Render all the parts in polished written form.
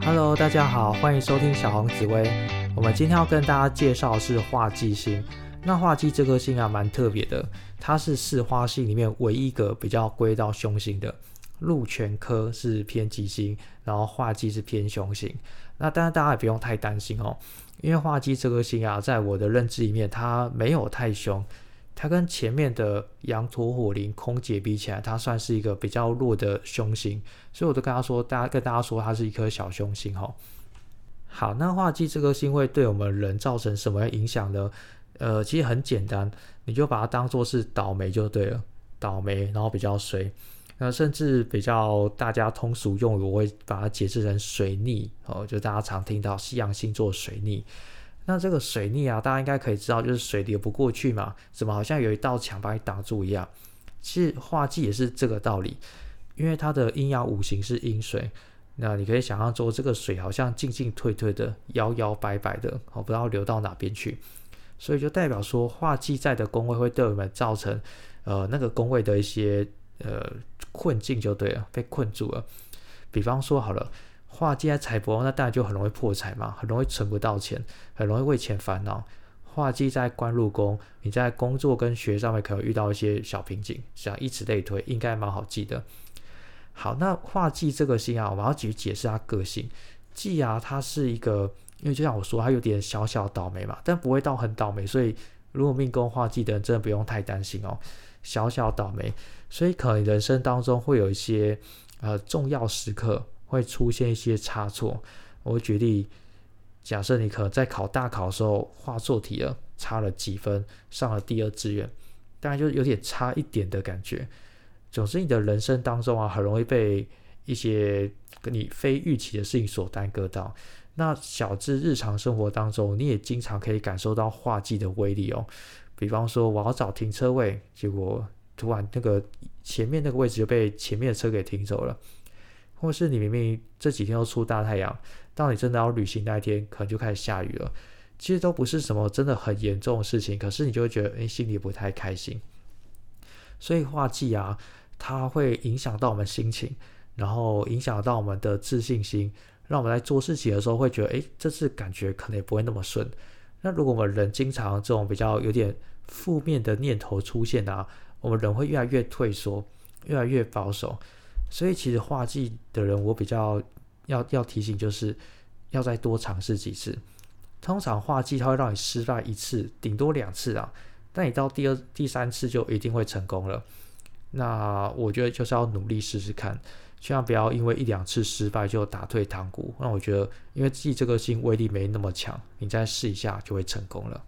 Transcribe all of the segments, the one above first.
Hello， 大家好，欢迎收听小黄紫薇。我们今天要跟大家介绍的是化忌星。那化忌这颗星啊，蛮特别的，它是四花星里面唯一一个比较归到凶星的。禄全科是偏吉星，然后化忌是偏凶星。那当然大家也不用太担心哦，因为化忌这颗星啊，在我的认知里面，它没有太凶。它跟前面的羊驼火灵空姐比起来，它算是一个比较弱的凶星，所以我都跟大家说它是一颗小凶星哦。好，那化忌这颗星会对我们人造成什么影响呢？其实很简单，你就把它当作是倒霉就对了，倒霉，然后比较衰。那甚至比较大家通俗用语，我会把它解释成水逆哦，就大家常听到西洋星座水逆。那这个水逆啊，大家应该可以知道，就是水流不过去嘛，怎么好像有一道墙把你挡住一样。其实化忌也是这个道理，因为它的阴阳五行是阴水，那你可以想象说，这个水好像进进退退的，摇摇摆摆的，不知道流到哪边去，所以就代表说化忌在的宫位会对我们造成那个宫位的一些困境就对了，被困住了。比方说好了，化忌在财帛，那当然就很容易破财嘛，很容易存不到钱，很容易为钱烦恼。化忌在官禄宫，你在工作跟学上面可能遇到一些小瓶颈，像以此类推，应该蛮好记的。好，那化忌这个星啊，我们要继续解释它个性。忌啊，它是一个，因为就像我说，它有点小小倒霉嘛，但不会到很倒霉，所以如果命宫化忌的人真的不用太担心哦，小小倒霉，所以可能人生当中会有一些重要时刻会出现一些差错。我举例，假设你可能在考大考的时候画错题了，差了几分，上了第2志愿，当然就有点差一点的感觉。总之你的人生当中啊，很容易被一些跟你非预期的事情所耽搁到。那小至日常生活当中，你也经常可以感受到化忌的威力哦。比方说我要找停车位，结果突然那个前面那个位置就被前面的车给停走了，或是你明明这几天都出大太阳，当你真的要旅行那一天，可能就开始下雨了。其实都不是什么真的很严重的事情，可是你就会觉得心里不太开心。所以化忌啊，它会影响到我们心情，然后影响到我们的自信心，让我们在做事情的时候会觉得这次感觉可能也不会那么顺。那如果我们人经常这种比较有点负面的念头出现啊，我们人会越来越退缩，越来越保守。所以其实化忌的人，我比较要提醒，就是要再多尝试几次。通常化忌它会让你失败1次，顶多2次啊，但你到第2、第3次就一定会成功了。那我觉得就是要努力试试看，千万不要因为1、2次失败就打退堂鼓。那我觉得因为忌这个星威力没那么强，你再试一下就会成功了。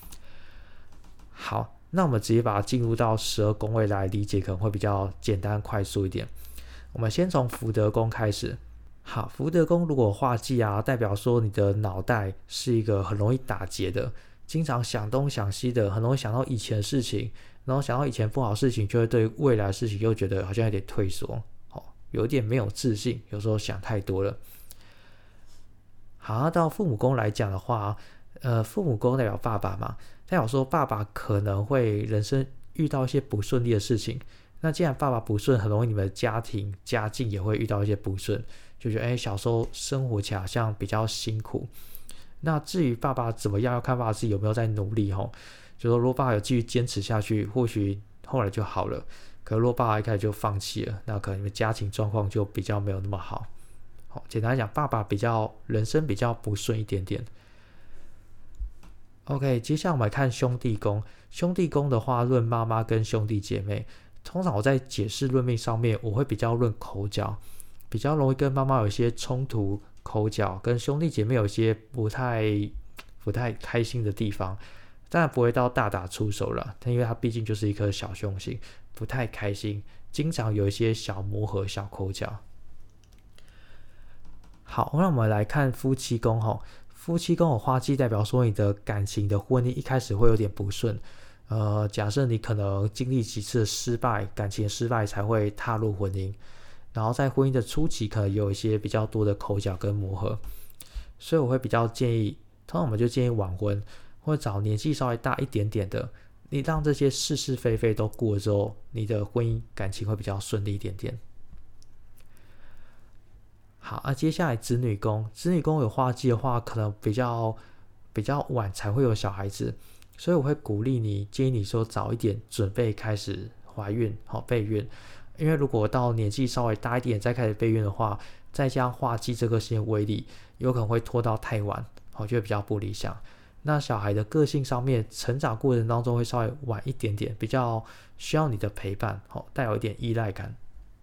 好，那我们直接把它进入到12宫位来理解，可能会比较简单快速一点。我们先从福德宫开始。好，福德宫如果化忌啊，代表说你的脑袋是一个很容易打结的，经常想东想西的，很容易想到以前的事情，然后想到以前不好的事情，就会对未来的事情又觉得好像有点退缩，有点没有自信，有时候想太多了。好，那到父母宫来讲的话，父母宫代表爸爸嘛，代表说爸爸可能会人生遇到一些不顺利的事情。那既然爸爸不顺，很容易你们的家庭家境也会遇到一些不顺，就觉得小时候生活起来好像比较辛苦。那至于爸爸怎么样，要看爸爸自己有没有在努力就说如果爸爸有继续坚持下去，或许后来就好了。可是如果爸爸一开始就放弃了，那可能你们家庭状况就比较没有那么好。简单来讲，爸爸人生比较不顺一点点。OK， 接下来我们来看兄弟宫。兄弟宫的话，论妈妈跟兄弟姐妹。通常我在解释论命上面，我会比较论口角，比较容易跟妈妈有一些冲突口角，跟兄弟姐妹有一些不太开心的地方，当然不会到大打出手了，但因为它毕竟就是一颗小凶星，不太开心，经常有一些小磨合小口角。好，那我们来看夫妻宫。夫妻宫有化忌，代表说你的感情的婚姻一开始会有点不顺。假设你可能经历几次的失败，感情的失败才会踏入婚姻，然后在婚姻的初期可能有一些比较多的口角跟磨合，所以我会比较建议，通常我们就建议晚婚，或者找年纪稍微大一点点的，你让这些是是非非都过了之后，你的婚姻感情会比较顺利一点点。 好，接下来子女宫，子女宫有化忌的话，可能比较晚才会有小孩子，所以我会鼓励你，建议你说早一点准备开始怀孕，备孕，因为如果到年纪稍微大一点再开始备孕的话，再加上化忌这个星的威力，有可能会拖到太晚，就会比较不理想。那小孩的个性上面，成长过程当中会稍微晚一点点，比较需要你的陪伴，带有一点依赖感。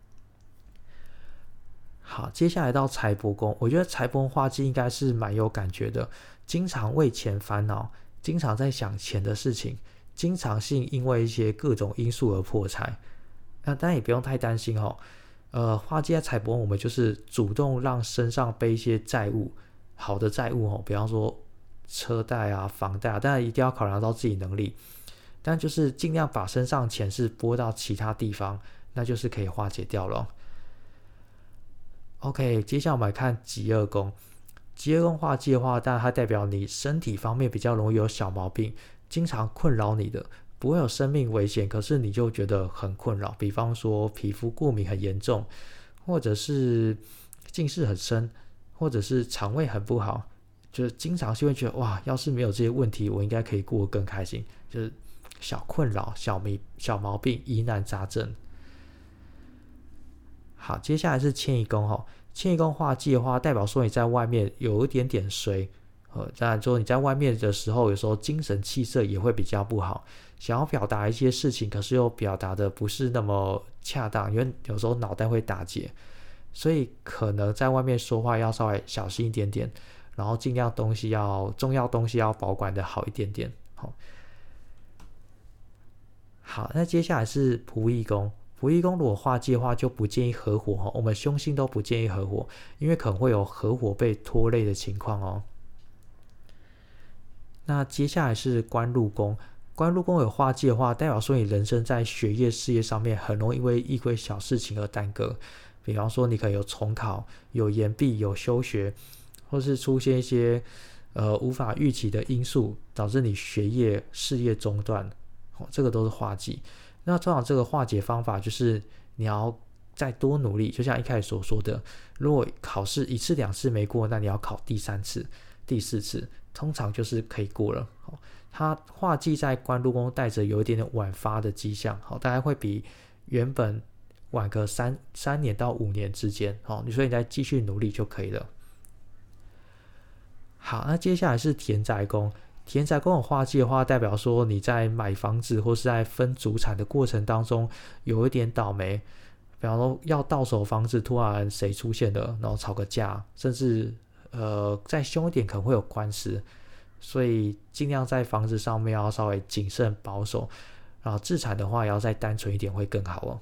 好，接下来到财帛宫，我觉得财帛宫化忌应该是蛮有感觉的，经常为钱烦恼，经常在想钱的事情，经常性因为一些各种因素而破财。那当然也不用太担心化忌在财帛宫，我们就是主动让身上背一些债务，好的债务比方说车贷啊、房贷啊，当然一定要考量到自己能力，但就是尽量把身上钱是拨到其他地方，那就是可以化解掉了。OK， 接下来我们来看疾厄宫。疾厄宫化忌的话，当然它代表你身体方面比较容易有小毛病，经常困扰你的，不会有生命危险，可是你就觉得很困扰，比方说皮肤过敏很严重，或者是近视很深，或者是肠胃很不好，就是经常就会觉得哇，要是没有这些问题，我应该可以过得更开心，就是小困扰、小毛病、疑难杂症。好，接下来是迁移宫迁移宫化忌的话，代表说你在外面有一点点衰，当然说你在外面的时候，有时候精神气色也会比较不好，想要表达一些事情，可是又表达的不是那么恰当，因为有时候脑袋会打结，所以可能在外面说话要稍微小心一点点，然后尽量重要东西要保管的好一点点。好，那接下来是仆役宫。仆役宫如果化忌的话，就不建议合伙我们凶星都不建议合伙，因为可能会有合伙被拖累的情况那接下来是官禄宫。官禄宫有化忌的话，代表说你人生在学业事业上面很容易因为一堆小事情而耽搁，比方说你可能有重考、有延毕、有休学，或是出现一些无法预期的因素，导致你学业事业中断，这个都是化忌。那通常这个化解方法就是你要再多努力，就像一开始所说的，如果考试1次2次没过，那你要考第3次第4次，通常就是可以过了。它化忌在官禄宫带着有一点点晚发的迹象，大概会比原本晚个3年到5年之间，所以你再继续努力就可以了。好，那接下来是田宅宫。田宅宫有化忌的话，代表说你在买房子或是在分祖产的过程当中有一点倒霉，比方说要到手房子突然谁出现了，然后吵个架，甚至再凶一点可能会有官司，所以尽量在房子上面要稍微谨慎保守，然后置产的话也要再单纯一点会更好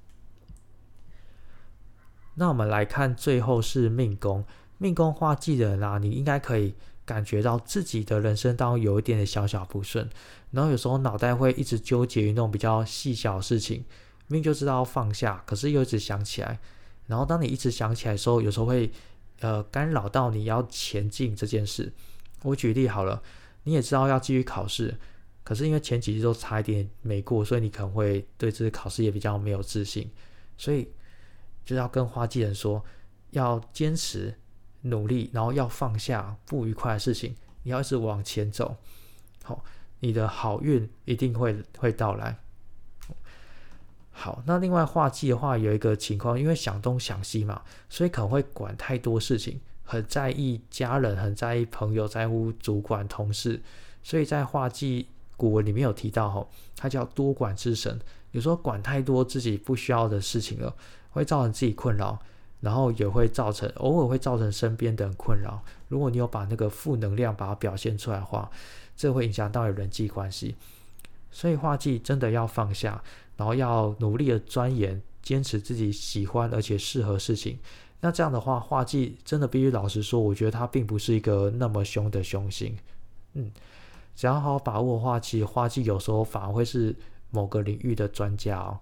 那我们来看最后是命宫。命宫化忌的人你应该可以感觉到自己的人生当中有一点的小小不顺，然后有时候脑袋会一直纠结于那种比较细小的事情，明明就知道要放下，可是又一直想起来，然后当你一直想起来的时候，有时候会干扰到你要前进这件事。我举例好了，你也知道要继续考试，可是因为前几次都差一点没过，所以你可能会对这次考试也比较没有自信，所以就要跟化忌人说，要坚持努力，然后要放下不愉快的事情，你要一直往前走，你的好运一定会到来。好，那另外化忌的话有一个情况，因为想东想西嘛，所以可能会管太多事情，很在意家人，很在意朋友，在乎主管同事，所以在化忌古文里面有提到它叫多管之神，有时候管太多自己不需要的事情了，会造成自己困扰，然后也会偶尔会造成身边的人困扰。如果你有把那个负能量把它表现出来的话，这会影响到你人际关系。所以化忌真的要放下，然后要努力的钻研，坚持自己喜欢而且适合事情。那这样的话，化忌真的必须老实说，我觉得它并不是一个那么凶的凶星。只要好好把握化忌有时候反而会是某个领域的专家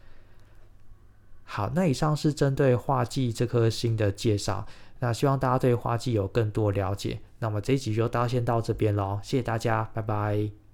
好，那以上是针对化忌这颗星的介绍，那希望大家对化忌有更多了解。那么这一集就先到这边咯，谢谢大家，拜拜。